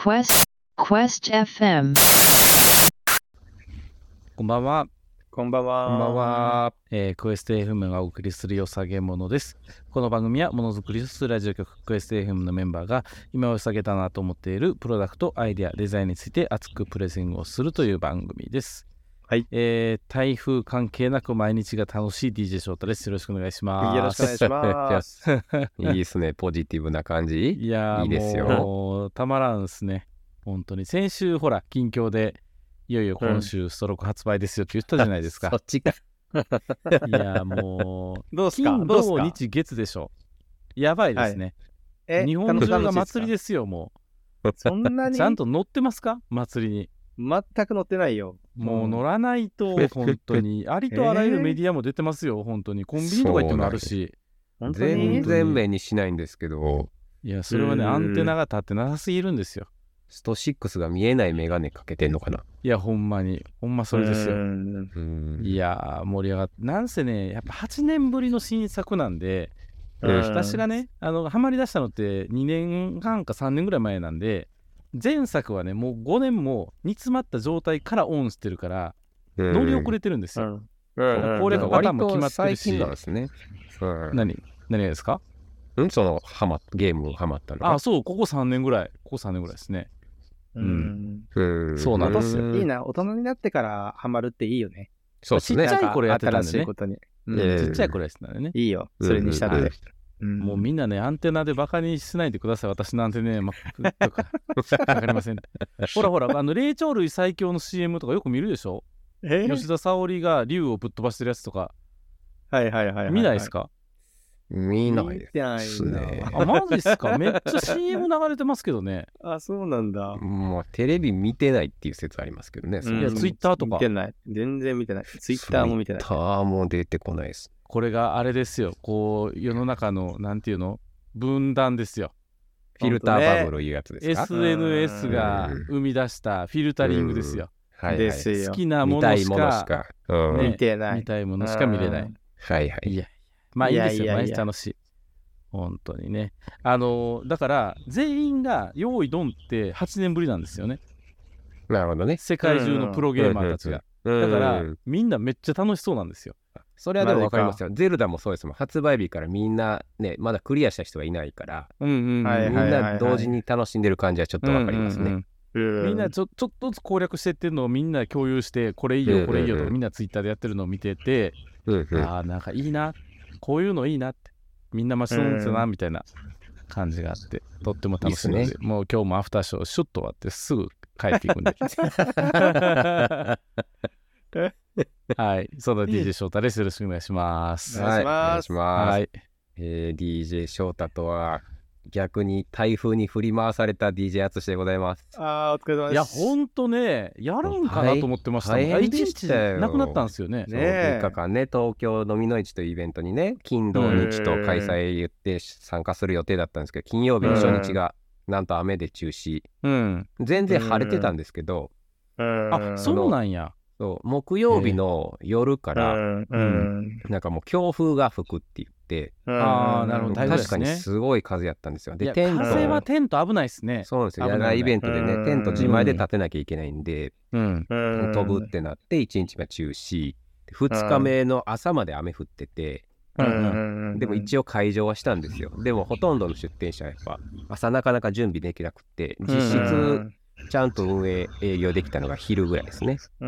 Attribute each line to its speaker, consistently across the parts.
Speaker 1: Quest FM。
Speaker 2: こんばんは。
Speaker 3: こんばんは。
Speaker 2: こんばんは。クエスト FM がお送りするよさげものです。この番組はものづくりをするラジオ局クエスト FM のメンバーが今を下げたなと思っているプロダクト、アイデア、デザインについて熱くプレゼンをするという番組です。
Speaker 3: はい。
Speaker 2: 台風関係なく毎日が楽しい DJ 翔太です。よろしくお願いします。
Speaker 3: よろしくお願いします。
Speaker 4: いいですね、ポジティブな感じ。
Speaker 2: いやー、
Speaker 4: いいですよ。
Speaker 2: もうたまらんですね。本当に先週ほら近況でいよいよ今週ストローク発売ですよって言ったじゃないですか。
Speaker 4: そっちか。
Speaker 2: いやーもう
Speaker 3: どうすか
Speaker 2: 金土日月でしょ。やばいですね。日本中が祭りですよ。も
Speaker 3: うそんなに
Speaker 2: ちゃんと乗ってますか、祭りに。
Speaker 3: 全く乗ってないよ。
Speaker 2: もう乗らないと本当にありとあらゆるメディアも出てますよ。本当にコンビニとか行ってもあるし。
Speaker 4: 全然目にしないんですけど、
Speaker 2: いやそれはね、アンテナが立ってなさすぎるんですよ。
Speaker 4: スト6が見えないメガネかけてんのかな。
Speaker 2: いやほんまそれですよ。い
Speaker 4: や
Speaker 2: や盛り上がって、なんせねやっぱ8年ぶりの新作なんで、私がねハマり出したのって2年半か3年ぐらい前なんで、前作はねもう5年も煮詰まった状態からオンしてるから乗り遅れてるんですよ。攻略パターンも決まってるし。
Speaker 4: 最近なんですね。
Speaker 2: 何がですか？
Speaker 4: そのゲームハマったの
Speaker 2: あ、そう、ここ3年ぐらいですね。そうなんですよ。
Speaker 3: いいな、大人になってからハマるっていいよね。
Speaker 4: そうですね。
Speaker 2: ちっちゃい頃やってたんでね。
Speaker 3: 新しいことに。
Speaker 2: ちっちゃい頃やってたんでね。
Speaker 3: いいよ、それにしたって。
Speaker 2: もうみんなね、アンテナでバカにしないでください。私のアンテナとかわかりません。ほら霊長類最強の CM とかよく見るでしょ。吉田沙保里が竜をぶっ飛ばしてるやつとか。
Speaker 3: はい。
Speaker 2: 見ないですか？
Speaker 4: 見ないですね。
Speaker 2: あ、マジっすか？めっちゃ CM 流れてますけどね。
Speaker 3: あ、そうなんだ。
Speaker 4: もうテレビ見てないっていう説ありますけどね。
Speaker 2: いや、ツイッターとか。
Speaker 3: 見てない。全然見てない。ツイッターも見てない。
Speaker 4: ツイッターも出てこないです。
Speaker 2: これがあれですよ。こう、世の中の、なんていうの？分断ですよ。
Speaker 4: フィルターバブルいうやつですか？
Speaker 2: SNS が生み出したフィルタリングですよ。
Speaker 3: ですよ。
Speaker 2: 好きなものしか
Speaker 3: 見てない。
Speaker 2: 見たいものしか見れない。
Speaker 4: はいはい。
Speaker 2: いや、まあいいですよ。毎日楽しい。本当にね。だから全員が用意ドンって8年ぶりなんですよね。
Speaker 4: なるほどね。
Speaker 2: 世界中のプロゲーマーたちが。だからみんなめっちゃ楽しそうなんですよ。
Speaker 4: それはでも分かりますよ。ゼルダもそうですもん。発売日からみんなね、まだクリアした人はいないから、みんな同時に楽しんでる感じはちょっと分かりますね。
Speaker 2: みんなちょっとずつ攻略してってるのをみんな共有して、これいいよこれいいよとみんなツイッターでやってるのを見てて、ああなんかいいな、こういうのいいなって、みんな待ち望んでたなみたいな感じがあって、とっても楽しいので、もう今日もアフターショーシュッと終わってすぐ帰っていくんではい、そんな DJ 翔太です。よろしくお願いします。
Speaker 3: お願いします。
Speaker 2: はい。
Speaker 4: DJ 翔太とは逆に台風に振り回された DJ 淳でございます。
Speaker 3: お疲れ様です。
Speaker 2: いやほんとね、やるんかなと思ってました。1日なくなったんですよね。
Speaker 4: 3日間ね、東京飲みの市というイベントにね、金土日と開催言って参加する予定だったんですけど、金曜日の初日がなんと雨で中止。全然晴れてたんですけど、
Speaker 2: あ、そうなんや。
Speaker 4: そう木曜日の夜からなんかもう強風が吹くって言って、
Speaker 2: なるほど、
Speaker 4: 確かにすごい風やったんですよ。
Speaker 2: で風はテント危ないですね。
Speaker 4: そうなんですよ。野外イベントでね、テント自前で立てなきゃいけないんで、飛ぶってなって1日が中止、2日目の朝まで雨降ってて、でも一応会場はしたんですよ。でもほとんどの出店者はやっぱ朝なかなか準備できなくって実質ちゃんと営業できたのが昼ぐらいですね。
Speaker 2: い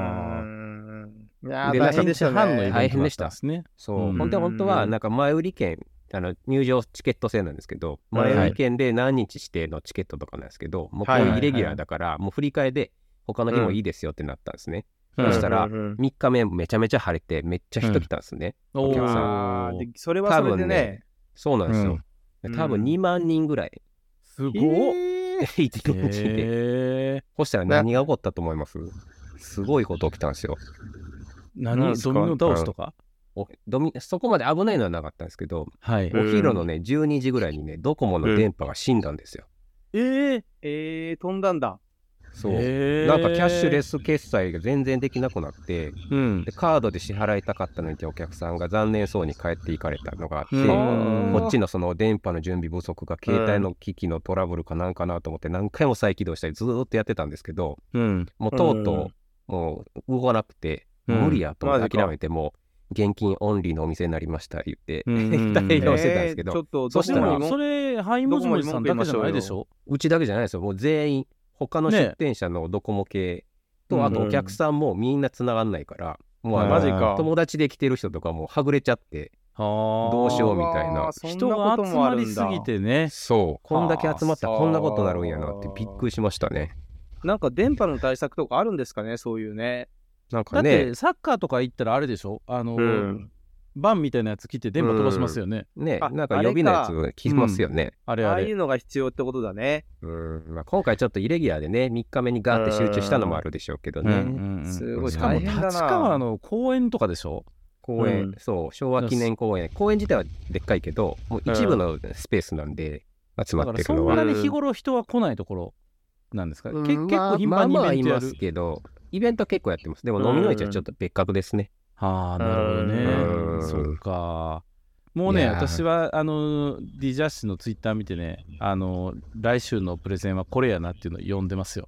Speaker 2: や大変でしたね。
Speaker 4: 大変でしたね。そう、本当はなんか前売り券、入場チケット制なんですけど、前売り券で何日指定のチケットとかなんですけど、もうこういうイレギュラーだからもう振り替えで他の日もいいですよってなったんですね。そしたら3日目めちゃめちゃ晴れてめっちゃ人来たんですね、お客さん。
Speaker 3: それはそれでね、
Speaker 4: そうなんですよ。多分2万人ぐらい
Speaker 2: すごっ
Speaker 4: 一日で。そしたら何が起こったと思います？すごいこと起きたんですよ。
Speaker 2: ドミノ倒しとか？
Speaker 4: そこまで危ないのはなかったんですけど、お昼のね12時ぐらいにねドコモの電波が死んだんですよ。
Speaker 3: 飛んだんだ。
Speaker 4: そうなんかキャッシュレス決済が全然できなくなって、でカードで支払いたかったのにお客さんが残念そうに帰っていかれたのがあって、こっちのその電波の準備不足が携帯の機器のトラブルかなんかなと思って何回も再起動したりずーっとやってたんですけど、もうとうとうもう動かなくて、無理やと思って諦めて、もう現金オンリーのお店になりました言って対応してたんですけど、
Speaker 2: そしたらそれハイモジモジさんだけじゃないでしょ。
Speaker 4: うちだけじゃないですよ。もう全員他の出店者のドコモ系と、あとお客さんもみんな繋がんないから、もう
Speaker 3: マジか
Speaker 4: 友達で来てる人とかもはぐれちゃって、どうしようみたいな。
Speaker 2: 人が集まりすぎてね。
Speaker 4: そう、こんだけ集まったらこんなことになるんやなってびっくりしましたね。
Speaker 3: なんか電波の対策とかあるんですかね、そういうね。
Speaker 4: なんかね、
Speaker 2: だってサッカーとか行ったらあれでしょ、バンみたいなやつ来て電波飛ばしますよね。
Speaker 4: なんか予備のやつ来ますよね。
Speaker 3: ああいうのが必要ってことだね。
Speaker 4: 今回ちょっとイレギュラーでね、3日目にガーって集中したのもあるでしょうけどね。
Speaker 3: すごい
Speaker 2: しかも
Speaker 3: 大変だな。
Speaker 2: 立川の公園とかでしょ。
Speaker 4: 公園、そう昭和記念公園自体はでっかいけど、もう一部のスペースなんで集まってるのは、
Speaker 2: だからそんなに日頃人は来ないところなんですか。結構頻繁にイベントやる。
Speaker 4: いますけど、イベント結構やってます。でも飲みの市はちょっと別格ですね。
Speaker 2: なるほどね。そうか。もうね、私はディジャッシュのツイッター見てね、来週のプレゼンはこれやなっていうのを読んでますよ。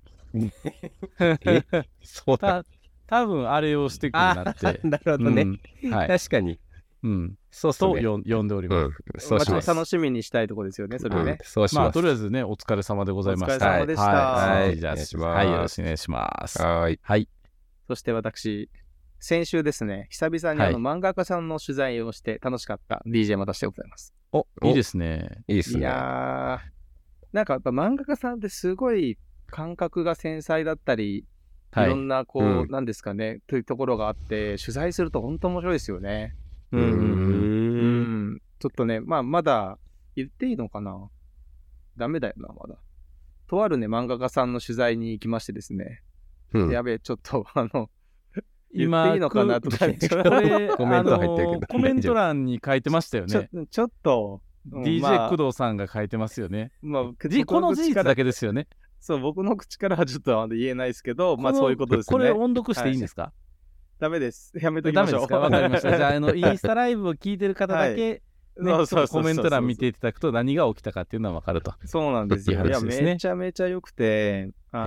Speaker 4: そうだ。
Speaker 2: 多分あれをしてくるなって。
Speaker 4: なるほどね。確かに。
Speaker 2: そうと読んでおります。
Speaker 3: そうします。楽しみにしたいところですよね、それね。
Speaker 2: まあとりあえずね、お疲れ様でございました。
Speaker 3: お疲れ様でした。
Speaker 2: はい、よろしくお願いします。はい。
Speaker 3: そして私、先週ですね、久々に漫画家さんの取材をして楽しかった DJ またしてございます。
Speaker 2: いいですね。
Speaker 4: いいですね。
Speaker 3: いやー、なんかやっぱ漫画家さんってすごい感覚が繊細だったり、いろんななんですかね、というところがあって、取材すると本当面白いですよね。ちょっとね、まだ言っていいのかな？ダメだよな、まだ。とあるね、漫画家さんの取材に行きましてですね。やべえ、ちょっと
Speaker 2: 今
Speaker 3: 言っていいのかなとか、
Speaker 2: コメント入ってるけど、コメント欄に書いてましたよね。
Speaker 3: ちょっと、
Speaker 2: DJ 工藤さんが書いてますよね。この事実だけですよね。
Speaker 3: そう、僕の口からはちょっと言えないですけど、そういうことですね。
Speaker 2: これ音読していいんですか？
Speaker 3: ダメです。やめときましょう。
Speaker 2: わかりました。じゃあ、インスタライブを聞いてる方だけ、コメント欄見ていただくと何が起きたかっていうのはわかると。
Speaker 3: そうなんですよ。いや、めちゃめちゃ良くて、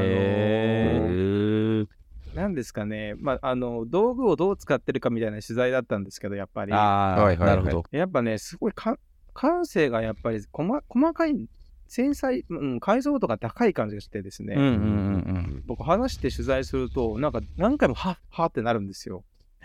Speaker 3: なんですかね、道具をどう使ってるかみたいな取材だったんですけど、やっぱり。
Speaker 2: なるほど。
Speaker 3: やっぱね、すごい感性がやっぱり細かい、繊細、解像度が高い感じがしてですね、僕話して取材すると、なんか何回もはってなるんですよ。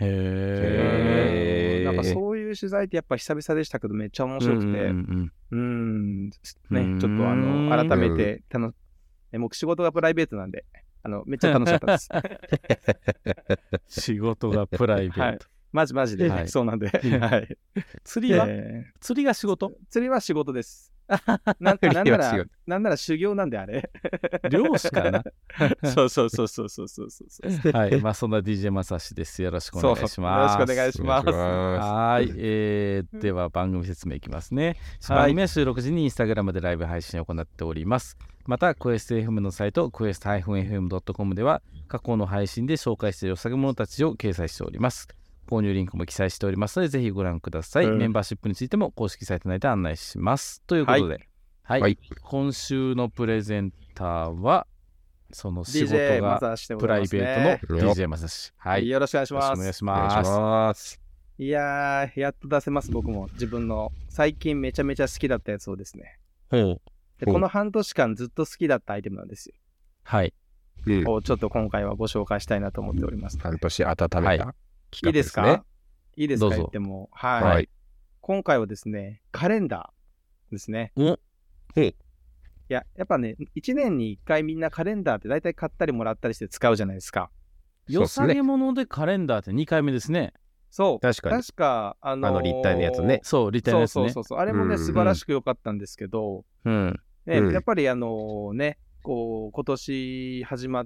Speaker 3: なんかそういう取材ってやっぱ久々でしたけど、めっちゃ面白くて、ね、ちょっと改めて僕仕事がプライベートなんで、めっちゃ楽しかったです。
Speaker 2: 仕事がプライベート。
Speaker 3: マジで、そうなんで。
Speaker 2: 釣りが仕事？
Speaker 3: 釣りは仕事です。なんなら修行なんであれ。
Speaker 2: 漁師かな。
Speaker 3: そう。
Speaker 2: はい、そんな DJ まさしです。よろしくお願いします。
Speaker 3: よろしくお願いします。
Speaker 2: はい、では番組説明いきますね。番組は収録時にインスタグラムでライブ配信を行っております。また、クエスト FM のサイト、quest-fm.com では、過去の配信で紹介しているお酒物たちを掲載しております。購入リンクも記載しておりますので、ぜひご覧ください。メンバーシップについても公式サイト内で案内します。ということで、今週のプレゼンターは、その仕事がプライベートの DJ まさし。
Speaker 3: よろしくお願いします。
Speaker 2: お願いします。
Speaker 3: いやー、やっと出せます、僕も。自分の最近めちゃめちゃ好きだったやつをですね。でこの半年間ずっと好きだったアイテムなんですよ。をちょっと今回はご紹介したいなと思っております。
Speaker 4: 半年温めた、
Speaker 3: いいですか？いいですか？言っても。今回はですね、カレンダーですね。やっぱね、1年に1回みんなカレンダーって大体買ったりもらったりして使うじゃないですか。
Speaker 2: よさげものでカレンダーって2回目ですね。
Speaker 3: そう。
Speaker 4: 確か立体のやつね。
Speaker 2: そう、立体のやつね。
Speaker 3: そう。あれもね、素晴らしく良かったんですけど、やっぱり今年始まって、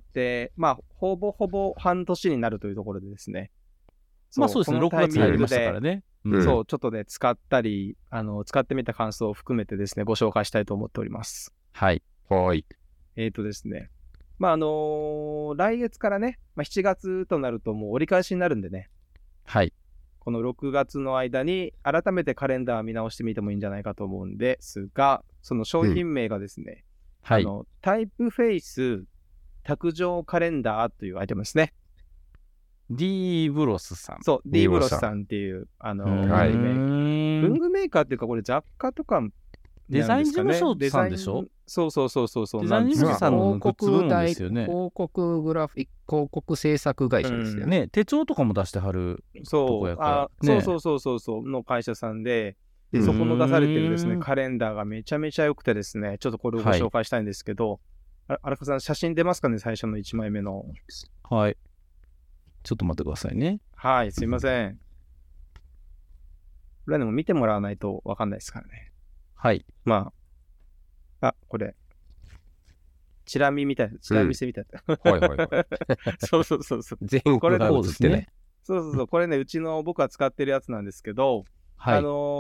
Speaker 3: ほぼ半年になるというところでですね。
Speaker 2: そうですね、6月入りましたからね。
Speaker 3: そう、ちょっとね、使ったり、使ってみた感想を含めてですね、ご紹介したいと思っております。
Speaker 2: はい。
Speaker 3: ですね、 来月からね、7月となるともう折り返しになるんでね。
Speaker 2: はい。
Speaker 3: この6月の間に改めてカレンダー見直してみてもいいんじゃないかと思うんですが、その商品名がですね、
Speaker 2: はい。
Speaker 3: タイプフェイス卓上カレンダーというアイテムですね。
Speaker 2: D ブロスさん。
Speaker 3: そう、D ブロスさんっていう、文具メーカーっていうか、これ雑貨とか、
Speaker 2: デザイン事務所さんでしょ？
Speaker 3: そう。
Speaker 2: デザイン事務所さんのグッズ部門ですよね。
Speaker 4: 広告グラフィック、広告制作会社ですよね。
Speaker 2: 手帳とかも出してはるとこやから。
Speaker 3: そうの会社さんで、そこの出されてるですね、カレンダーがめちゃめちゃ良くてですね、ちょっとこれをご紹介したいんですけど、荒川さん、写真出ますかね、最初の1枚目の。
Speaker 2: はい。ちょっと待ってくださいね。
Speaker 3: はい、すいません。これはでも見てもらわないと分かんないですからね。
Speaker 2: はい。
Speaker 3: これ。チラ見みたいな、チラ見せみたいな。
Speaker 4: はい。
Speaker 3: そう。
Speaker 4: 全国が映ってね。
Speaker 3: そう。これね、うちの僕が使ってるやつなんですけど、
Speaker 2: はい。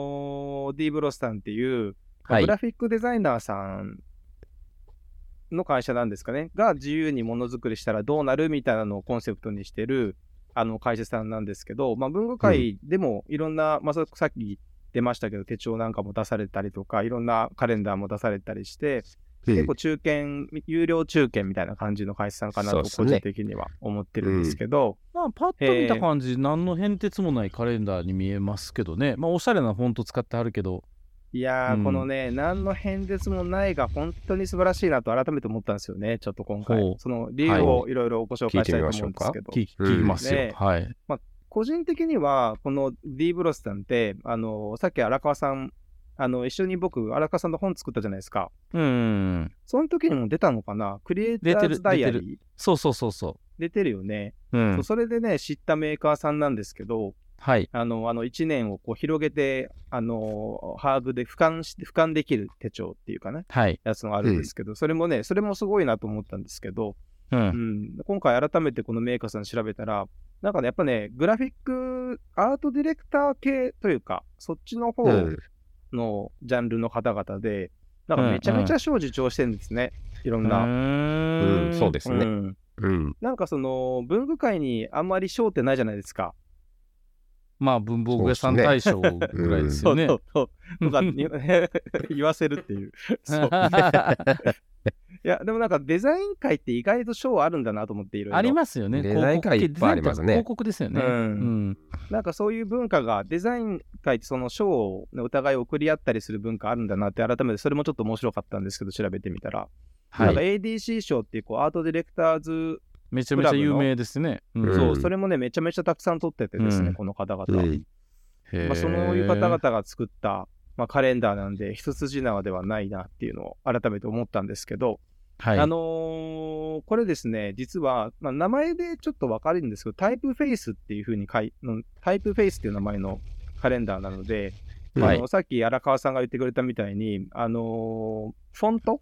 Speaker 3: D ブロスさんっていう、グラフィックデザイナーさんの会社なんですかね、が自由にものづくりしたらどうなるみたいなのをコンセプトにしてる会社さんなんですけど、文具界でもいろんな、さっき出ましたけど、手帳なんかも出されたりとか、いろんなカレンダーも出されたりして、結構有料中堅みたいな感じの会社さんかなと個人的には思ってるんですけど、
Speaker 2: パッと見た感じ、何の変哲もないカレンダーに見えますけどね。おしゃれなフォント使ってあるけど。
Speaker 3: いやー、このね、何の変哲もないが本当に素晴らしいなと改めて思ったんですよね、ちょっと今回。その理由をいろいろご紹介したいと思うんですけど。
Speaker 2: 聞きますよ。はい。
Speaker 3: 個人的には、この D ブロスさんって、さっき荒川さん、一緒に僕、荒川さんの本作ったじゃないですか。その時にも出たのかな、クリエイターズダイアリー。
Speaker 2: そう。
Speaker 3: 出てるよね。それでね、知ったメーカーさんなんですけど、
Speaker 2: はい。
Speaker 3: 1年をこう広げて、ハーブで俯瞰できる手帳っていうかね、
Speaker 2: はい、
Speaker 3: やつがあるんですけど、それもすごいなと思ったんですけど、今回改めてこのメーカーさん調べたら、なんかね、やっぱね、グラフィックアートディレクター系というか、そっちの方のジャンルの方々で、なんかめちゃめちゃ賞受賞してるんですね、いろんな。
Speaker 4: そうですね。
Speaker 3: なんかその文具界にあんまり賞ってないじゃないですか。
Speaker 2: 文房具屋さん大賞ぐらいですよね。
Speaker 3: そうとか言わせるっていう。そういや、でもなんかデザイン界って意外と賞あるんだなと思っていろいろ。
Speaker 2: ありますよね。
Speaker 4: デザイン界いっぱいありますね。
Speaker 2: 広告ですよね。
Speaker 3: なんかそういう文化が、デザイン界ってその賞をお互い送り合ったりする文化あるんだなって改めてそれもちょっと面白かったんですけど、調べてみたら。なんか ADC 賞っていうアートディレクターズ
Speaker 2: めちゃめちゃ有名ですね。
Speaker 3: そう、それもね、めちゃめちゃたくさん取っててですね、この方々。そういう方々が作った、カレンダーなんで、一筋縄ではないなっていうのを改めて思ったんですけど、これですね、実は、名前でちょっと分かるんですけど、タイプフェイスっていう風にタイプフェイスっていう名前のカレンダーなので、さっき荒川さんが言ってくれたみたいに、フォント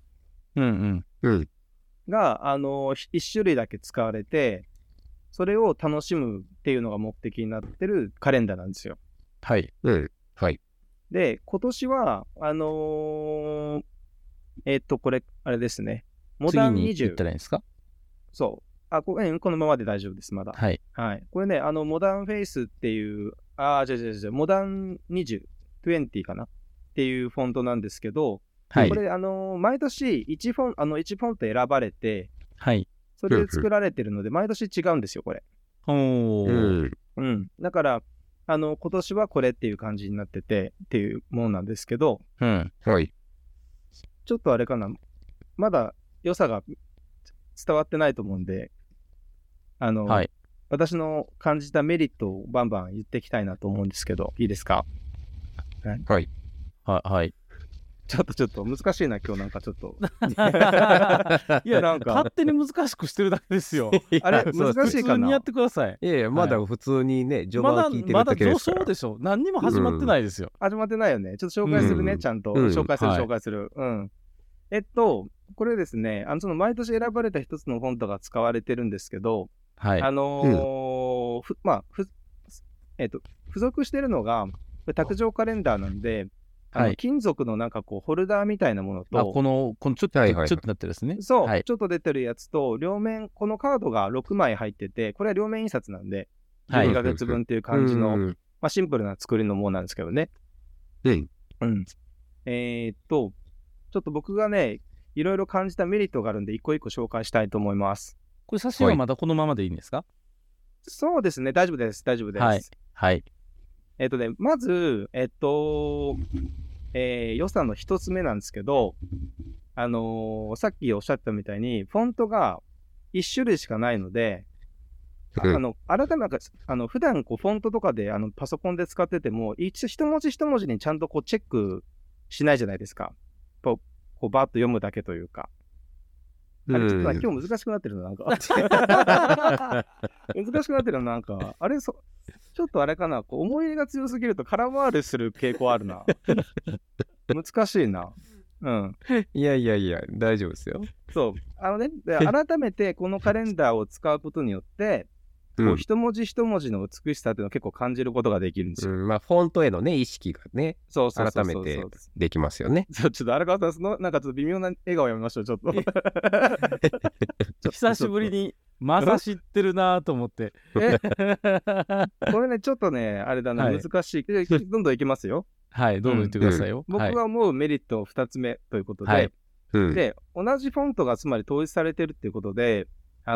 Speaker 3: が、一種類だけ使われて、それを楽しむっていうのが目的になってるカレンダーなんですよ。
Speaker 2: はい。
Speaker 3: で、今年は、これ、あれですね。モダン20。
Speaker 2: 次に行ったらいいんですか？
Speaker 3: そう。このままで大丈夫です、まだ。
Speaker 2: はい。
Speaker 3: これね、モダンフェイスっていう、モダン20かなっていうフォントなんですけど、これ、毎年1フォント選ばれて、それで作られてるので、毎年違うんですよ、これ。だから、今年はこれっていう感じになっててっていうものなんですけど、ちょっとあれかな、まだ良さが伝わってないと思うんで、私の感じたメリットをバンバン言っていきたいなと思うんですけど、いいですか？
Speaker 2: はい。
Speaker 3: ちょっと難しいな、今日なんかちょっと。
Speaker 2: いや、なんか勝手に難しくしてるだけですよ。
Speaker 3: あれ、難しいかな。
Speaker 2: 普通にやってください。
Speaker 4: いや、まだ普通にね、序盤聞いてるだけですから。
Speaker 2: まだそうでしょ。何にも始まってないですよ。
Speaker 3: 始まってないよね。ちょっと紹介するね、ちゃんと。紹介する。これですね、その毎年選ばれた一つのフォントが使われてるんですけど、付属してるのが、卓上カレンダーなんで、 金属のなんかこうホルダーみたいなものと、
Speaker 2: このちょっと、ちょっとなってるですね。
Speaker 3: そう、ちょっと出てるやつと、両面、このカードが6枚入ってて、これは両面印刷なんで、12ヶ月分っていう感じの、まあ、シンプルな作りのものなんですけどね。ちょっと僕がね、いろいろ感じたメリットがあるんで、一個一個紹介したいと思います。
Speaker 2: これ写真はまだこのままでいいんですか？
Speaker 3: そうですね、大丈夫です。大丈夫です。
Speaker 2: はい。
Speaker 3: まず、予算の一つ目なんですけど、さっきおっしゃったみたいに、フォントが一種類しかないので、改めて、普段こうフォントとかでパソコンで使ってても、一文字一文字にちゃんとこうチェックしないじゃないですか。こうバーッと読むだけというか。あれ、ちょっと今日難しくなってるのなんか。難しくなってるのなんか。あれ、ちょっとあれかな。こう思い入れが強すぎると空回りする傾向あるな。難しいな。
Speaker 4: いや、大丈夫ですよ。
Speaker 3: そう。改めてこのカレンダーを使うことによって、こう一文字一文字の美しさっていうのを結構感じることができるんですよ。
Speaker 4: まあ、フォントへのね、意識がね、改めてできますよね。
Speaker 3: ちょっと荒川さん、なんかちょっと微妙な笑顔やめましょう、ちょっと。
Speaker 2: 久しぶりにまさしってるなと思って。
Speaker 3: これね、ちょっとね、あれだな、難しい。どんどんいきますよ。
Speaker 2: はい、どんどん言ってくださいよ。
Speaker 3: 僕が思うメリット2つ目ということで、で、同じフォントがつまり統一されてるっていうことで、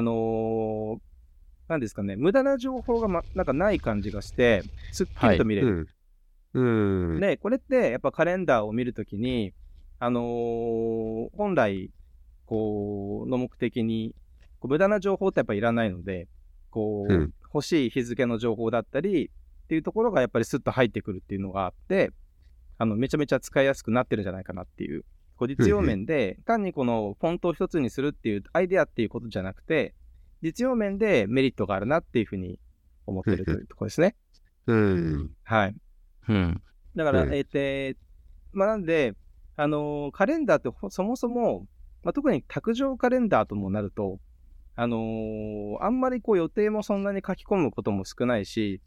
Speaker 3: なんですかね、無駄な情報が、なんかない感じがして、すっきりと見れる。で、これってやっぱカレンダーを見るときに、本来、こう、の目的に、無駄な情報ってやっぱいらないので、こう、欲しい日付の情報だったりっていうところがやっぱりスッと入ってくるっていうのがあって、めちゃめちゃ使いやすくなってるんじゃないかなっていう。実用面で、単にこのフォントを一つにするっていうアイデアっていうことじゃなくて、実用面でメリットがあるなっていうふうに思ってるというところですね。はい。だから、まあ、なんで、カレンダーってそもそも、まあ、特に卓上カレンダーともなると、あんまりこう予定もそんなに書き込むことも少ないし、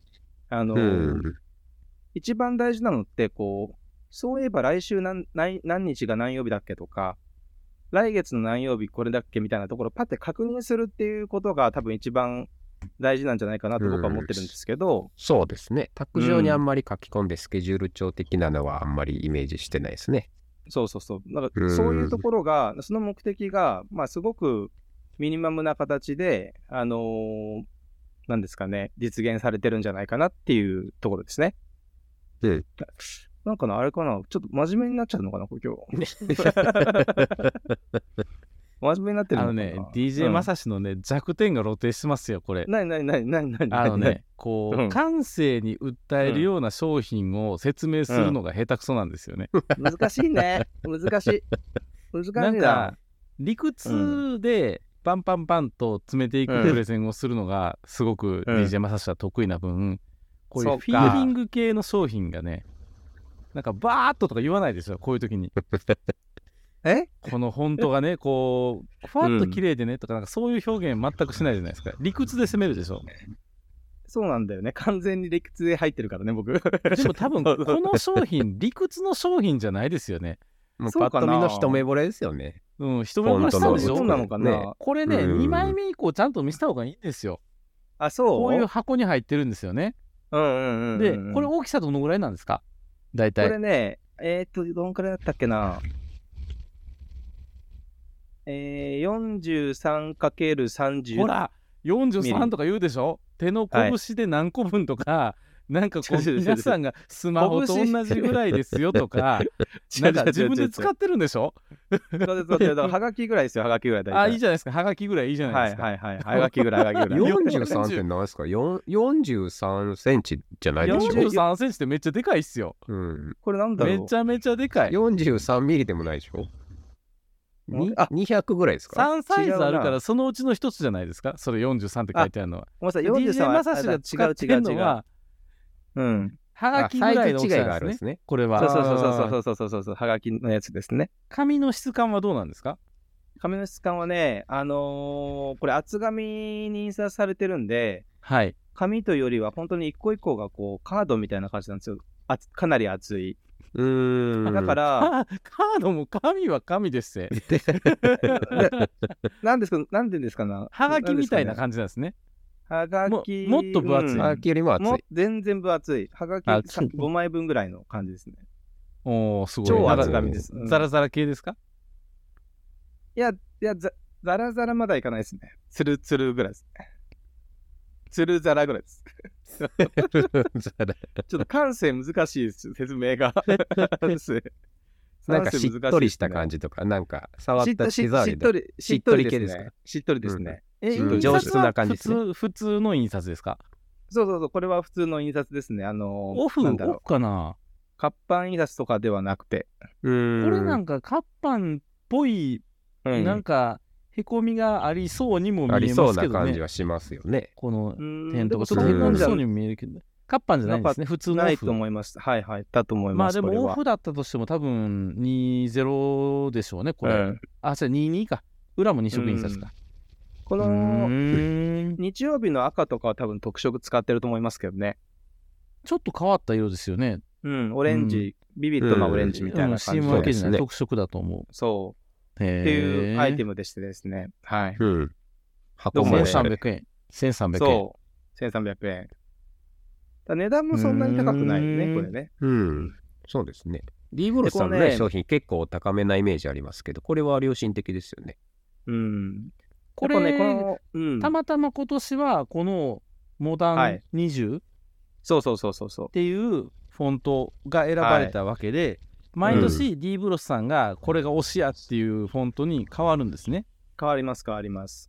Speaker 3: 一番大事なのって、こう、そういえば来週何日が何曜日だっけとか、来月の何曜日これだっけみたいなところをパッて確認するっていうことが多分一番大事なんじゃないかなと僕は思ってるんですけど、
Speaker 4: そうですね。卓上にあんまり書き込んでスケジュール帳的なのはあんまりイメージしてないですね。
Speaker 3: そう。なんかそういうところが、その目的が、まあすごくミニマムな形で、なんですかね、実現されてるんじゃないかなっていうところですね。なんかな、あれかな、ちょっと真面目になっちゃうのかな、今日。真面目になってるのかな。
Speaker 2: DJ まさしのね、弱点が露呈してますよ、これ。こう、感性に訴えるような商品を説明するのが下手くそなんですよね。
Speaker 3: 難しいね。難しい
Speaker 2: なんか、理屈でパンパンパンと詰めていくプレゼンをするのが、すごく DJ まさしは得意な分、こういうフィーリング系の商品がね、なんかバーッとか言わないですよ、こういう時に。このフォントがね、こう、ふわっと綺麗でねとか、なんかそういう表現全くしないじゃないですか。理屈で攻めるでしょ。
Speaker 3: そうなんだよね。完全に理屈で入ってるからね、僕。
Speaker 2: でも多分、この商品、理屈の商品じゃないですよね。
Speaker 4: もうパッと見の一目惚れですよね。
Speaker 2: 一目惚れしたんでしょ。
Speaker 3: そうなのかな。
Speaker 2: これね、2枚目以降ちゃんと見せた方がいいんですよ。
Speaker 3: あ、そう？
Speaker 2: こういう箱に入ってるんですよね。で、これ大きさどのぐらいなんですか？大体。
Speaker 3: これね、どんくらいだったっけな。43×30。
Speaker 2: ほら、43とか言うでしょ。手の拳で何個分とか、なんかこう皆さんがスマホと同じぐらいですよとか、なんか自分で使ってるんでしょ。
Speaker 3: はがきぐらいですよ、はがきぐらい。
Speaker 2: あ、いいじゃないですか、はがきぐらいいいじゃないですか。
Speaker 3: はがきぐらい。
Speaker 4: 43って何ですか？43センチじゃないでしょ。
Speaker 2: 43センチってめっちゃでかいっすよ。
Speaker 3: これなんだろう。
Speaker 2: めちゃめちゃでかい。
Speaker 4: 43ミリでもないでしょ。200ぐらいですか
Speaker 2: ？3サイズあるからそのうちの一つじゃないですか。それ43って書いてあるのは。
Speaker 3: ごめんなさい、43は
Speaker 2: DJ まさしが使ってるのははがきぐらいの大きさですね。これは。
Speaker 3: そう、はがきのやつですね。
Speaker 2: 紙の質感はどうなんですか？
Speaker 3: 紙の質感はね、これ厚紙に印刷されてるんで、紙というよりは本当に一個一個がこうカードみたいな感じなんですよ。かなり厚い。 だから
Speaker 2: カードも紙は紙ですって
Speaker 3: なんていうんですかな、
Speaker 2: はがきみたいな感じなんですね。
Speaker 3: はがき
Speaker 2: もっと分厚い。
Speaker 4: はがきよりも厚い。
Speaker 3: 全然分厚い。はがき5枚分ぐらいの感じですね。
Speaker 2: おー、すごい。
Speaker 3: 超厚紙です。
Speaker 2: ザラザラ系ですか？
Speaker 3: いや、ザラザラまだいかないですね。ツルツルぐらいですね。ツルザラぐらいです。ちょっと感性難しいです、説明が。
Speaker 4: なんかしっとりした感じとか、なんか触った手触りで
Speaker 3: しっとりですね。しっとりですね。
Speaker 4: 上質な感じですね。
Speaker 2: 普通の印刷ですか？
Speaker 3: そう、これは普通の印刷ですね。
Speaker 2: オフかな？
Speaker 3: 活版印刷とかではなくて。
Speaker 2: これなんか活版っぽい、なんかへこみがありそうにも見えますけどね。
Speaker 4: ありそうな感じはしますよね。
Speaker 2: この点とかちょっとへこみそうにも見えるけど、活版じゃないんですね。普通のオフ。
Speaker 3: ないと思います。はい、だと思います。
Speaker 2: まあでもオフだったとしても多分20でしょうね、これ。それ22か。裏も2色印刷か。
Speaker 3: この日曜日の赤とかは多分特色使ってると思いますけどね。
Speaker 2: ちょっと変わった色ですよね。
Speaker 3: オレンジ、ビビッドなオレンジみたいな感じ
Speaker 2: で。CM 特色だと思う。
Speaker 3: そう。っていうアイテムでしてですね。はい。
Speaker 2: 箱も1300円。1300円。
Speaker 3: そう。1300円。値段もそんなに高くないよね、これね。
Speaker 4: そうですね。D ブロスさんのね、商品結構高めなイメージありますけど、これは良心的ですよね。
Speaker 2: これ、たまたま今年はこのモダン20、
Speaker 3: そう
Speaker 2: っていうフォントが選ばれたわけで、毎年 D ブロスさんがこれが推しやっていうフォントに変わるんですね。
Speaker 3: 変わります。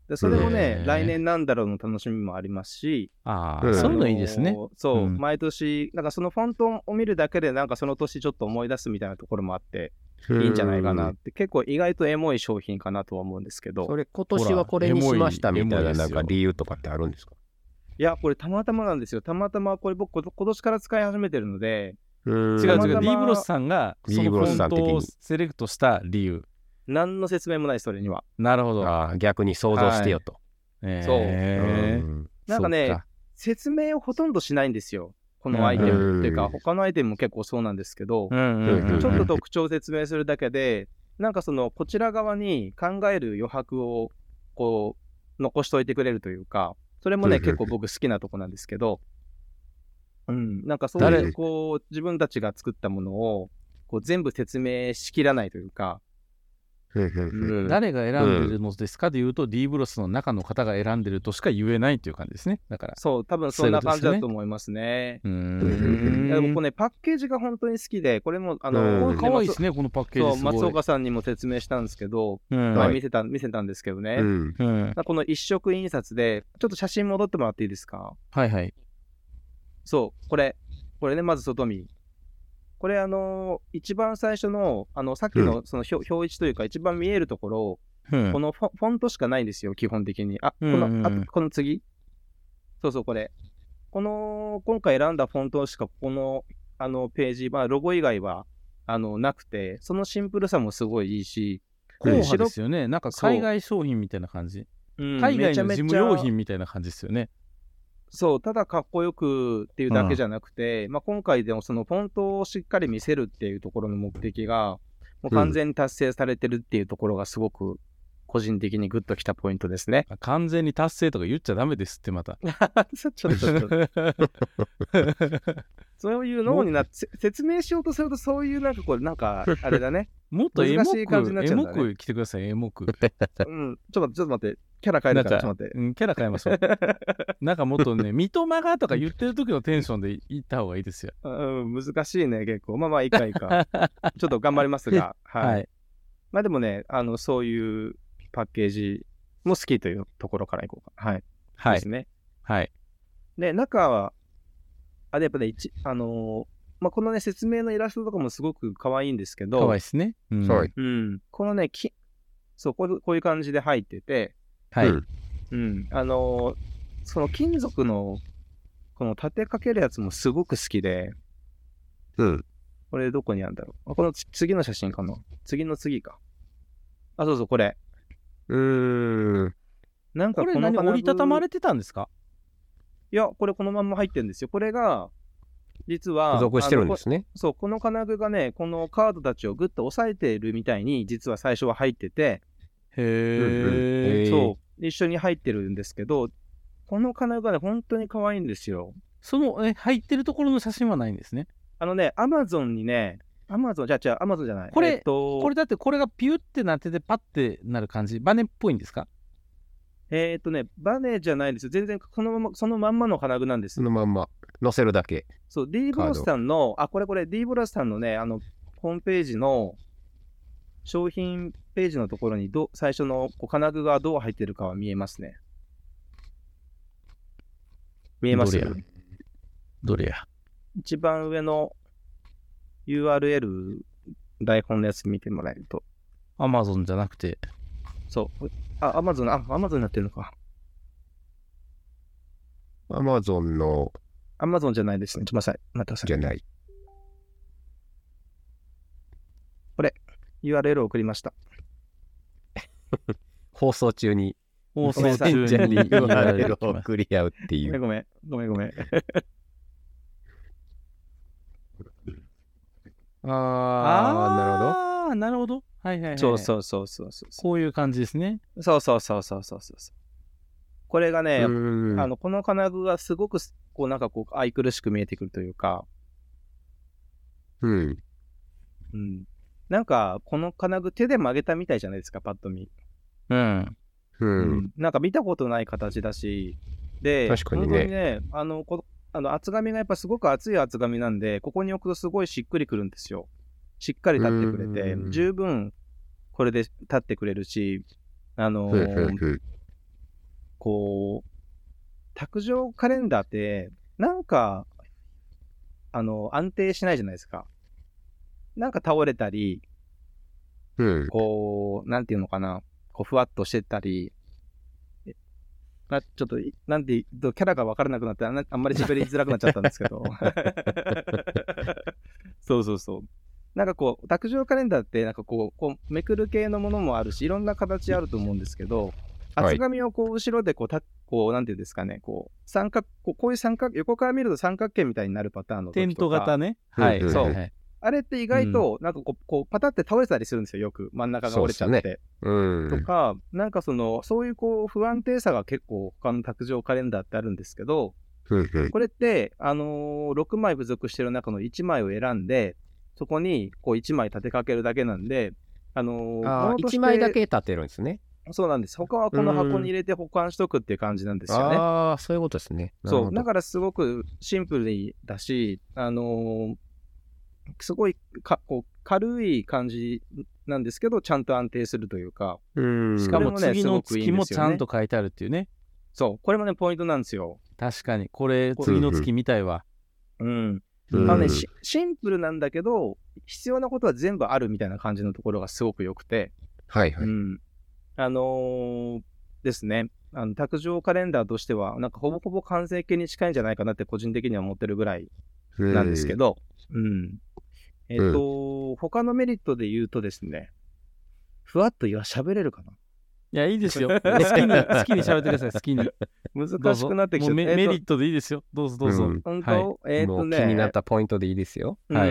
Speaker 3: でそれもね、来年なんだろうの楽しみもありますし、
Speaker 2: そういうのいいですね。
Speaker 3: そう、毎年なんかそのフォントを見るだけでなんかその年ちょっと思い出すみたいなところもあっていいんじゃないかなって、結構意外とエモい商品かなとは思うんですけど。
Speaker 4: それ今年はこれにしましたみたいななんか理由とかってあるんですか？
Speaker 3: いや、これたまたまなんですよ。たまたまこれ僕今年から使い始めてるので。
Speaker 2: 違う D ブロスさんがそのフォントをセレクトした理由。
Speaker 3: 何の説明もない、それには。
Speaker 2: なるほど。
Speaker 4: 逆に想像してよと。
Speaker 3: そう。なんかね、説明をほとんどしないんですよ。このアイテムっていうか、他のアイテムも結構そうなんですけど、ちょっと特徴を説明するだけで、なんかそのこちら側に考える余白をこう残しといてくれるというか、それもね結構僕好きなとこなんですけど、なんかそういうこう自分たちが作ったものをこう全部説明しきらないというか、
Speaker 2: 誰が選んでるのですかで言うと D ブロスの中の方が選んでるとしか言えないという感じですね。だから
Speaker 3: そう多分そんな感じだと思いますね。でもこれねパッケージが本当に好きで、これも
Speaker 2: これ可愛いですね、このパッケージ。
Speaker 3: そう松岡さんにも説明したんですけど、見せたんですけどね、この一色印刷でちょっと写真戻ってもらっていいですか？
Speaker 2: はいはい。
Speaker 3: そうこれね、まず外見これ一番最初のさっきのその表示というか一番見えるところ、このフォントしかないんですよ基本的に。この次、そうこれ今回選んだフォントしかこのページ、ロゴ以外はなくて、そのシンプルさもすごいいいし、
Speaker 2: 硬派ですよね。なんか海外商品みたいな感じ、海外の事務用品みたいな感じですよね。
Speaker 3: そう、ただかっこよくっていうだけじゃなくて、今回でもそのフォントをしっかり見せるっていうところの目的がもう完全に達成されてるっていうところがすごく個人的にグッときたポイントですね。
Speaker 2: 完全に達成とか言っちゃダメですってまた。
Speaker 3: ちょっとそういう脳になって説明しようとするとそういうなんかこれなんかあれだね。
Speaker 2: もっとエモく来てください、エモく。
Speaker 3: ちょっと待って、キャラ変えるからちょっと待って。
Speaker 2: キャラ変えましょう。なんかもっとね、三笘がとか言ってる時のテンションで言った方がいいですよ。
Speaker 3: 難しいね、結構。いいか。ちょっと頑張りますが。はい。でもね、そういうパッケージも好きというところからいこうか。はい。ですね。
Speaker 2: はい。
Speaker 3: で、中は、やっぱね、このね、説明のイラストとかもすごく可愛いんですけど。
Speaker 2: 可愛いですね。
Speaker 3: このね、そう、こういう感じで入ってて、
Speaker 2: はい。
Speaker 3: その金属の、この立てかけるやつもすごく好きで、これどこにあるんだろう。この次の写真かな。次か。そう、これ。なんか
Speaker 2: これ折りたたまれてたんですか？
Speaker 3: いや、これこのまんま入ってるんですよ。これが、 実は、
Speaker 4: 付属してるんですね。
Speaker 3: そう、この金具がね、このカードたちをグッと押さえているみたいに、実は最初は入ってて、
Speaker 2: へー。
Speaker 3: そう、一緒に入ってるんですけど、この金具がね、本当に可愛いんですよ。
Speaker 2: その、入ってるところの写真はないんですね。
Speaker 3: アマゾンにね、アマゾンじゃない。
Speaker 2: これだってこれがピュってなっててパッてなる感じ、バネっぽいんですか？
Speaker 3: バネじゃないんですよ。全然そのまんまの金具なんです。
Speaker 4: そのまんま乗せるだけ。
Speaker 3: そう、D ブロスさんの、D ブロスさんのね、ホームページの商品ページのところに最初の金具がどう入ってるかは見えますね。見えますよ。
Speaker 2: どれや
Speaker 3: 一番上の URL 台本のやつ見てもらえると。
Speaker 2: Amazon じゃなくて。
Speaker 3: そう。Amazon になってるのか。
Speaker 4: Amazon の。
Speaker 3: Amazon じゃないですね。待ってください。
Speaker 4: じゃない。
Speaker 3: これ、URL を送りました。
Speaker 4: 放送中に。
Speaker 2: URL
Speaker 4: を送り合うっていう。
Speaker 3: ごめん。
Speaker 2: なるほど。はい。
Speaker 3: そう。
Speaker 2: こういう感じですね。
Speaker 3: そう。これがね、この金具がすごく、愛くるしく見えてくるというか。なんか、この金具手で曲げたみたいじゃないですか、パッと見。なんか見たことない形だし、で、
Speaker 4: 確かにね。
Speaker 3: 本当にね、厚紙がやっぱすごく厚い厚紙なんで、ここに置くとすごいしっくりくるんですよ。しっかり立ってくれて、十分これで立ってくれるし、卓上カレンダーって、なんか、安定しないじゃないですか。なんか倒れたり、なんていうのかな、ふわっとしてたり、ちょっと、キャラが分からなくなって、あんまり喋りづらくなっちゃったんですけど。そう。なんか卓上カレンダーって、めくる系のものもあるし、いろんな形あると思うんですけど、厚紙を後ろでなんていうんですかね、三角、こういう三角、横から見ると三角形みたいになるパターンの時とか。
Speaker 2: テント型ね。
Speaker 3: はい。そう。あれって意外と、パタって倒れたりするんですよ、よく。真ん中が折れちゃって。とか、そういう不安定さが結構他の卓上カレンダーってあるんですけど、これって、6枚付属してる中の1枚を選んで、そこに1枚立てかけるだけなんで、
Speaker 4: 1枚だけ立てるんですね。
Speaker 3: そうなんです。他はこの箱に入れて保管しとくっていう感じなんですよね。
Speaker 4: そういうことですね。
Speaker 3: そう。だからすごくシンプルだし、すごい軽い感じなんですけど、ちゃんと安定するというか。
Speaker 2: しかも次の月もちゃんと書いてあるっていうね。
Speaker 3: そう。これもね、ポイントなんですよ。
Speaker 2: 確かに。これ、次の月みたいわ。
Speaker 3: シンプルなんだけど、必要なことは全部あるみたいな感じのところがすごく良くて。ですね。卓上カレンダーとしては、ほぼほぼ完成形に近いんじゃないかなって個人的には思ってるぐらいなんですけど、他のメリットで言うとですね、ふわっと喋れるかな？
Speaker 2: いや、いいですよ。好きに喋ってください、好きに。
Speaker 3: 難しくなってきちゃった。
Speaker 2: メリットでいいですよ。どうぞ。
Speaker 3: 本当？
Speaker 4: もう気になったポイントでいいですよ。
Speaker 2: はい。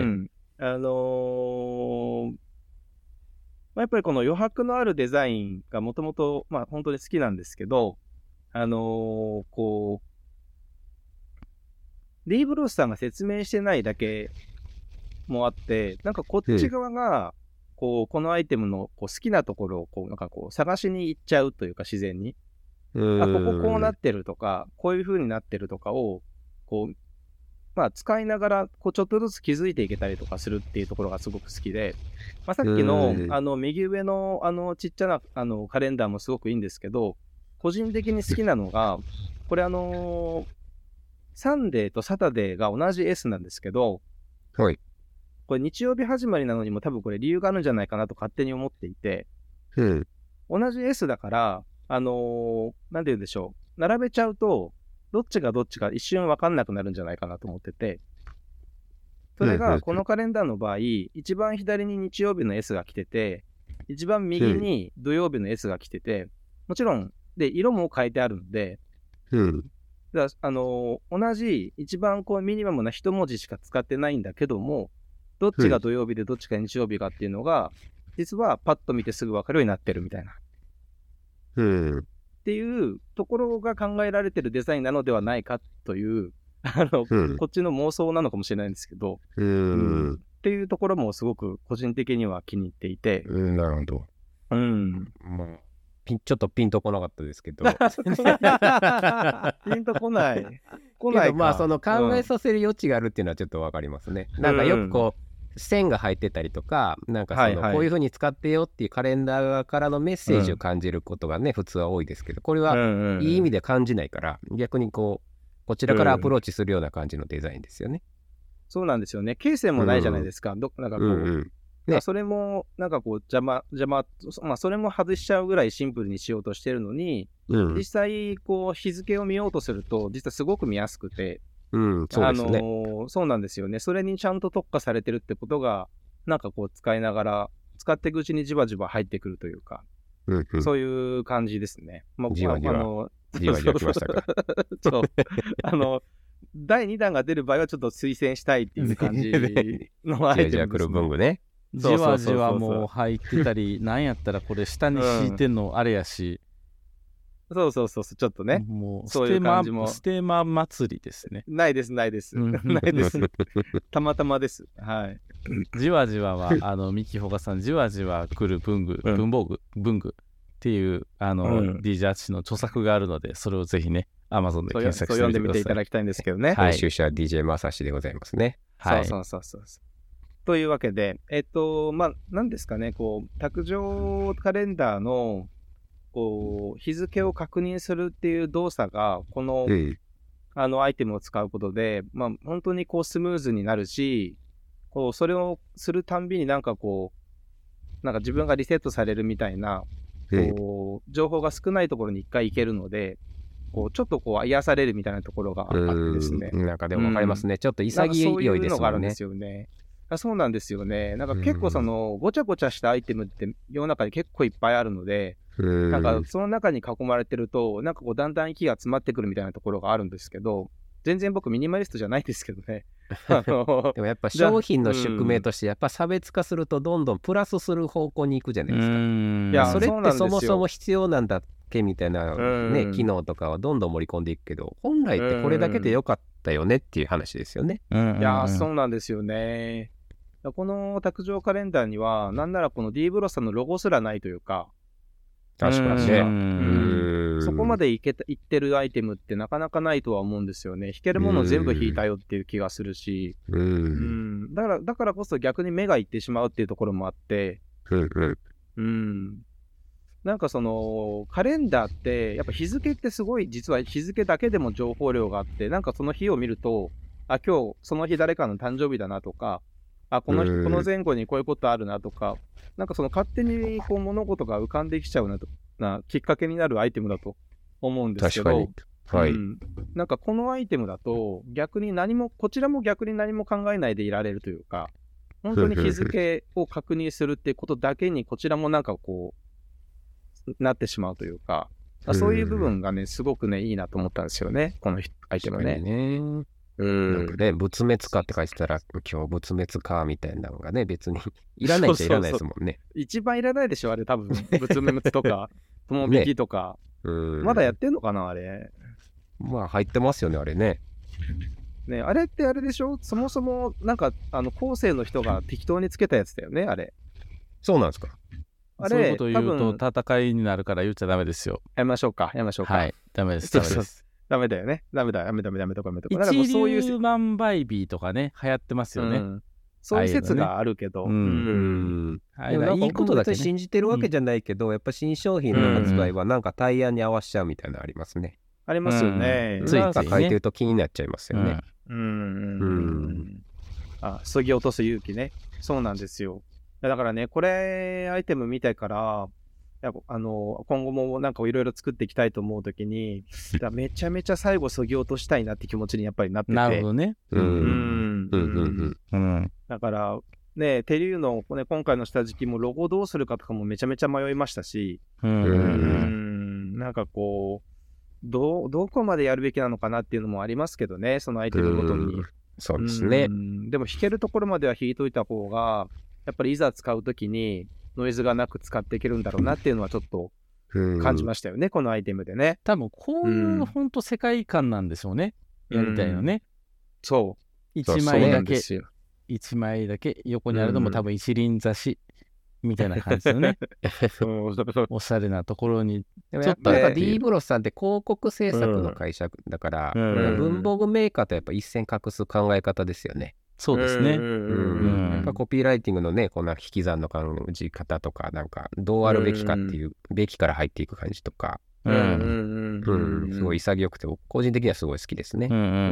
Speaker 3: やっぱりこの余白のあるデザインがもともと本当に好きなんですけど、D ブロスさんが説明してないだけもあって、こっち側がこのアイテムの好きなところを探しに行っちゃうというか、自然にこうなってるとか、こういう風になってるとかを使いながらちょっとずつ気づいていけたりとかするっていうところがすごく好きで、さっきの右上のちっちゃなカレンダーもすごくいいんですけど、個人的に好きなのが、これサンデーとサタデーが同じ S なんですけど、これ日曜日始まりなのにも多分これ理由があるんじゃないかなと勝手に思っていて、同じ S だから、なんて言うんでしょう、並べちゃうと、どっちがどっちか一瞬分かんなくなるんじゃないかなと思ってて、それがこのカレンダーの場合、一番左に日曜日の S が来てて、一番右に土曜日の S が来てて、もちろん、で、色も変えてあるんで、 同じ一番こうミニマムな一文字しか使ってないんだけども、どっちが土曜日でどっちが日曜日かっていうのが、実はパッと見てすぐ分かるようになってるみたいな。っていうところが考えられてるデザインなのではないかという、こっちの妄想なのかもしれないんですけど、っていうところもすごく個人的には気に入っていて。
Speaker 4: なるほど。まあ、ちょっとピンとこなかったですけど。ピ
Speaker 3: ンとこない。
Speaker 4: まあ、その考えさせる余地があるっていうのはちょっとわかりますね。なんかよくこう、線が入ってたりとか、なんかそのこういう風に使ってよっていうカレンダーからのメッセージを感じることがね、普通は多いですけど、これはいい意味で感じないから、逆にこちらからアプローチするような感じのデザインですよね。
Speaker 3: そうなんですよね。形成もないじゃないですか。なんかこう、それもなんかこう邪魔、まあそれも外しちゃうぐらいシンプルにしようとしてるのに、実際こう日付を見ようとすると実はすごく見やすくて、
Speaker 4: そうですね。
Speaker 3: そうなんですよね。それにちゃんと特化されてるってことがなんかこう使いながら使っていくうちにじわじわ入ってくるというか、そういう感じですね。
Speaker 4: じわじわきましたか。
Speaker 3: そう第2弾が出る場合はちょっと推薦したいっていう感じのアイテムですね。
Speaker 4: じわ来る文具ね。
Speaker 2: じわじわもう入ってたり、なんやったらこれ下に敷いてんのあれやし。
Speaker 3: そうちょっとね。
Speaker 2: もうそういう感じもステマ祭りですね。
Speaker 3: ないです。ないです。たまたまです。はい。
Speaker 2: じわじわはミキホガさんじわじわ来る文具っていうDJ アツシの著作があるので、それをぜひね Amazon で検索してみてください。
Speaker 3: 読んでみていただきたいんですけどね。
Speaker 4: 編集者 DJ まさしでございますね。
Speaker 3: はい。そう。というわけで、まあ、何ですかね、こう、卓上カレンダーの、こう、日付を確認するっていう動作が、この、アイテムを使うことで、まあ、本当にこう、スムーズになるし、こう、それをするたんびになんかこう、なんか自分がリセットされるみたいな、こう、情報が少ないところに一回行けるので、こうちょっとこう癒されるみたいなところがあってですね。
Speaker 4: なんかでも分かりますね。ちょっと潔いですもんね。
Speaker 3: そういうのがあるんですよね。そうなんですよね。なんか結構そのごちゃごちゃしたアイテムって世の中に結構いっぱいあるので、なんかその中に囲まれてると、なんかこうだんだん息が詰まってくるみたいなところがあるんですけど、全然僕ミニマリストじゃないですけどね。
Speaker 4: でもやっぱ商品の宿命としてやっぱ差別化するとどんどんプラスする方向に行くじゃないですか。いやそれってそもそも必要なんだっけみたいなね機能とかはどんどん盛り込んでいくけど、本来ってこれだけでよかったよねっていう話ですよね。
Speaker 3: いやそうなんですよね。この卓上カレンダーにはなんならこの D ブロさんのロゴすらないというか、
Speaker 4: 確かにね。
Speaker 3: そこまでいってるアイテムってなかなかないとは思うんですよね。弾けるもの全部弾いたよっていう気がするし、だからこそ逆に目がいってしまうっていうところもあって、なんかそのカレンダーってやっぱ日付ってすごい、実は日付だけでも情報量があって、なんかその日を見ると、あ、今日その日誰かの誕生日だなとか、あ、この前後にこういうことあるなとか、なんかその勝手にこう物事が浮かんできちゃうなきっかけになるアイテムだと思うんですけど、なんかこのアイテムだと逆にこちらも逆に何も考えないでいられるというか、本当に日付を確認するっていうことだけにこちらもなんかこうなってしまうというか、そういう部分がねすごくねいいなと思ったんですよね、このアイテムね。
Speaker 4: なんかね、仏滅かって書いてたら今日仏滅かみたいなのがね別にいらないっちゃいらないですもんね。
Speaker 3: 一番いらないでしょあれ、多分仏滅とか友引きとか、まだやってんのかなあれ。
Speaker 4: まあ入ってますよねあれね。
Speaker 3: ね、あれってあれでしょ、そもそもなんか後世の人が適当につけたやつだよねあれ。
Speaker 4: そうなんですか。
Speaker 2: あれそういうこと言うと戦いになるから言っちゃダメですよ。
Speaker 3: やめましょうか。
Speaker 2: はいダメです
Speaker 3: ダメだよね。ダメとか。
Speaker 2: 一粒万倍日とかね、流行ってますよね。
Speaker 3: そういう説があるけど。
Speaker 4: いいことだけ信じてるわけじゃないけど、やっぱ新商品の発売はなんか対案に合わせちゃうみたいなのありますね。
Speaker 3: ありますよね。
Speaker 4: つい書いてると気になっちゃいますよね。
Speaker 3: そぎ落とす勇気ね。そうなんですよ。だからね、これアイテム見てから、今後もなんかいろいろ作っていきたいと思うときに、めちゃめちゃ最後そぎ落としたいなって気持ちにやっぱりなってて。
Speaker 2: なるほどね。
Speaker 3: だからね、テリューの、ね、今回の下敷きもロゴどうするかとかもめちゃめちゃ迷いましたし、なんかこどこまでやるべきなのかなっていうのもありますけどね、そのアイテムごとに。
Speaker 4: そうですね。
Speaker 3: でも弾けるところまでは弾いといた方が、やっぱりいざ使うときにノイズがなく使っていけるんだろうなっていうのはちょっと感じましたよね、このアイテムでね。
Speaker 2: 多分こういう本当世界観なんでしょうね、やりたいのね。
Speaker 3: そう。
Speaker 2: 1枚だけ、1枚だけ横にあるのも多分一輪挿しみたいな感じのね。おしゃれなところに。
Speaker 4: でもやっぱり D ブロスさんって広告制作の会社だから、文房具メーカーとやっぱ一線画す考え方ですよね。
Speaker 2: そうですね。
Speaker 4: やっぱコピーライティングのね、こんな引き算の感じ方とか、なんかどうあるべきかっていう、べきから入っていく感じとか、すごい潔くて、個人的にはすごい好きですね。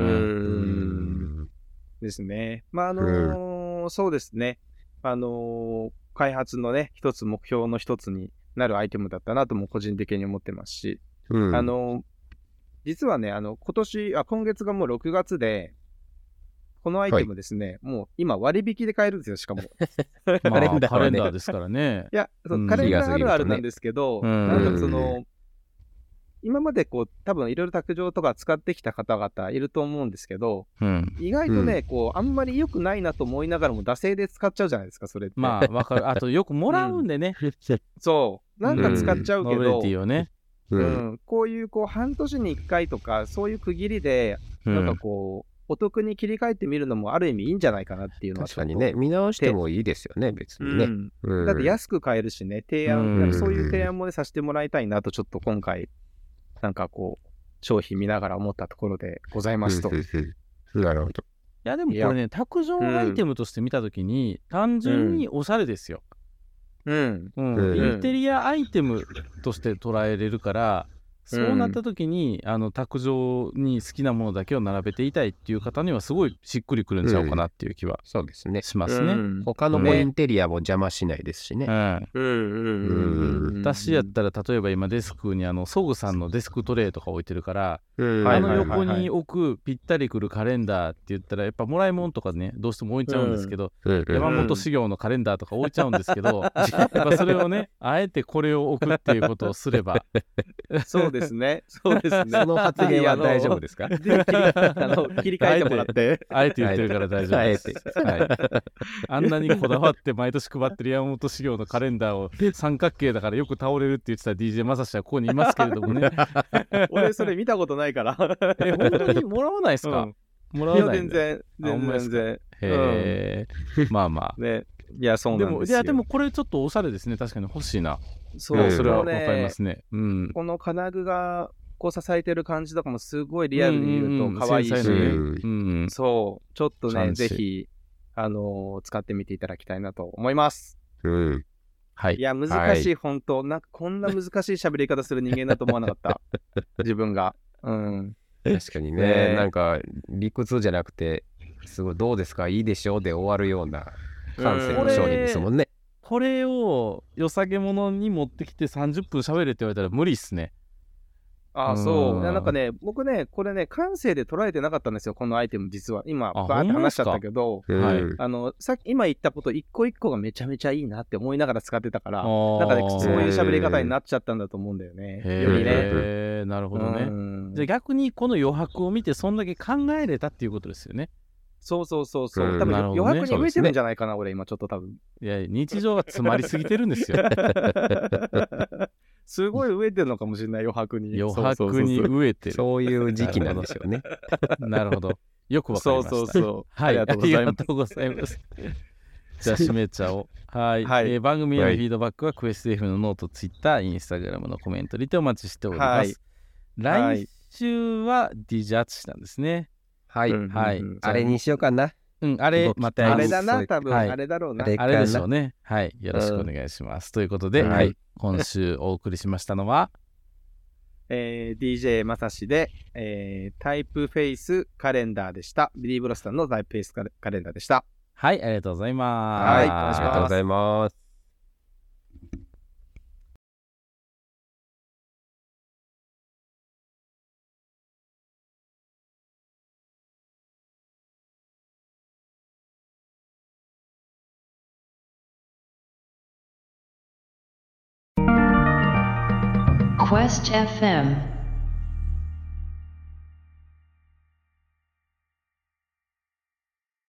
Speaker 3: ですね。まあそうですね。開発のね、一つ目標の一つになるアイテムだったなとも個人的に思ってますし、実はね、今月がもう6月で、このアイテムですね、もう今割引で買えるんですよ、しかも。
Speaker 2: カレンダーですからね。
Speaker 3: いや、カレンダーあるあるなんですけど、なんか今までこう、多分いろいろ卓上とか使ってきた方々いると思うんですけど、意外とね、こう、あんまり良くないなと思いながらも、惰性で使っちゃうじゃないですか、それって。
Speaker 2: まあ、わかる。あと、よくもらうんでね。
Speaker 3: そう。なんか使っちゃうけど、こういう、こう、半年に1回とか、そういう区切りで、なんかこう、お得に切り替えてみるのもある意味いいんじゃないかなっていうのは
Speaker 4: 確かにね、見直してもいいですよね、別にね。
Speaker 3: だって安く買えるしね、そういう提案もね、させてもらいたいなと、ちょっと今回、なんかこう、商品見ながら思ったところでございますと。
Speaker 4: なるほど。
Speaker 2: いや、でもこれね、卓上アイテムとして見たときに、単純におしゃれですよ。インテリアアイテムとして捉えれるから、そうなった時に、卓上に好きなものだけを並べていたいっていう方にはすごいしっくりくるんちゃうかなっていう気は
Speaker 4: そうですね
Speaker 2: しますね。
Speaker 4: 他のインテリアも邪魔しないですしね。
Speaker 2: 私やったら例えば今デスクにソグさんのデスクトレイとか置いてるから、横に置くぴったりくるカレンダーって言ったらやっぱもらいもんとかねどうしても置いちゃうんですけど、山本修行のカレンダーとか置いちゃうんですけど、やっぱそれをねあえてこれを置くっていうことをすれば
Speaker 3: そうですね。そうですね。
Speaker 4: その発言は大丈夫ですか？
Speaker 3: 切り替えてもらって。
Speaker 2: あえて言ってるから大丈夫です。あんなにこだわって毎年配ってる山本修行のカレンダーを三角形だからよく倒れるって言ってた DJ まさしはここにいますけれどもね。
Speaker 3: 俺それ見たことないから。
Speaker 2: 本当にもらわないですか？もらわない。
Speaker 3: 全然。
Speaker 2: まあまあ。
Speaker 3: ね。いや、そうなんですよ。
Speaker 2: でもこれちょっとおしゃれですね。確かに欲しいな。それはわかりますね。
Speaker 3: この金具がこう支えてる感じとかもすごいリアルに見ると可愛いし、そう、ちょっとね、ぜひ、使ってみていただきたいなと思います。
Speaker 2: はい。
Speaker 3: いや、難しい、本当なんかこんな難しい喋り方する人間だと思わなかった。自分が。
Speaker 4: 確かにね、なんか理屈じゃなくて、すごいどうですか、いいでしょうで終わるような感性の商品ですもんね。
Speaker 2: これを良さげものに持ってきて30分喋れって言われたら無理っすね。
Speaker 3: そう。なんかね、僕ね、これね、感性で捉えてなかったんですよ、このアイテム、実は。今、バーって話しちゃったけど、さっき今言ったこと、一個一個がめちゃめちゃいいなって思いながら使ってたから、なんかね、そういう喋り方になっちゃったんだと思うんだよね。よりね。
Speaker 2: なるほどね。じゃあ逆にこの余白を見て、そんだけ考えれたっていうことですよね。
Speaker 3: そう。多分余白に植えてるんじゃないかな、俺今ちょっと多分。
Speaker 2: いや、日常が詰まりすぎてるんですよ。
Speaker 3: すごい植えてるのかもしれない、余白に。
Speaker 2: 余白に植えてる。
Speaker 4: そういう時期なんでしょうね。
Speaker 2: なるほど。よくわかりました。
Speaker 3: そう。
Speaker 2: はい、ありがとうございます。じゃあ締めちゃおう。はい。番組へのフィードバックはクエスト F のノート、ツイッター、インスタグラムのコメントにてお待ちしております。来週は DJ 淳なんですね。
Speaker 4: はい。あれにしようかな。
Speaker 3: あれだな、多分。あれだろうな。
Speaker 2: あれでしょうね。はい。よろしくお願いします。ということで、今週お送りしましたのは、
Speaker 3: DJ まさしで、タイプフェイスカレンダーでした。ビリー・ブロスさんのタイプフェイスカレンダーでした。
Speaker 2: はい、ありがとうございます。
Speaker 3: はい、ありがとうございます。
Speaker 1: Quest FM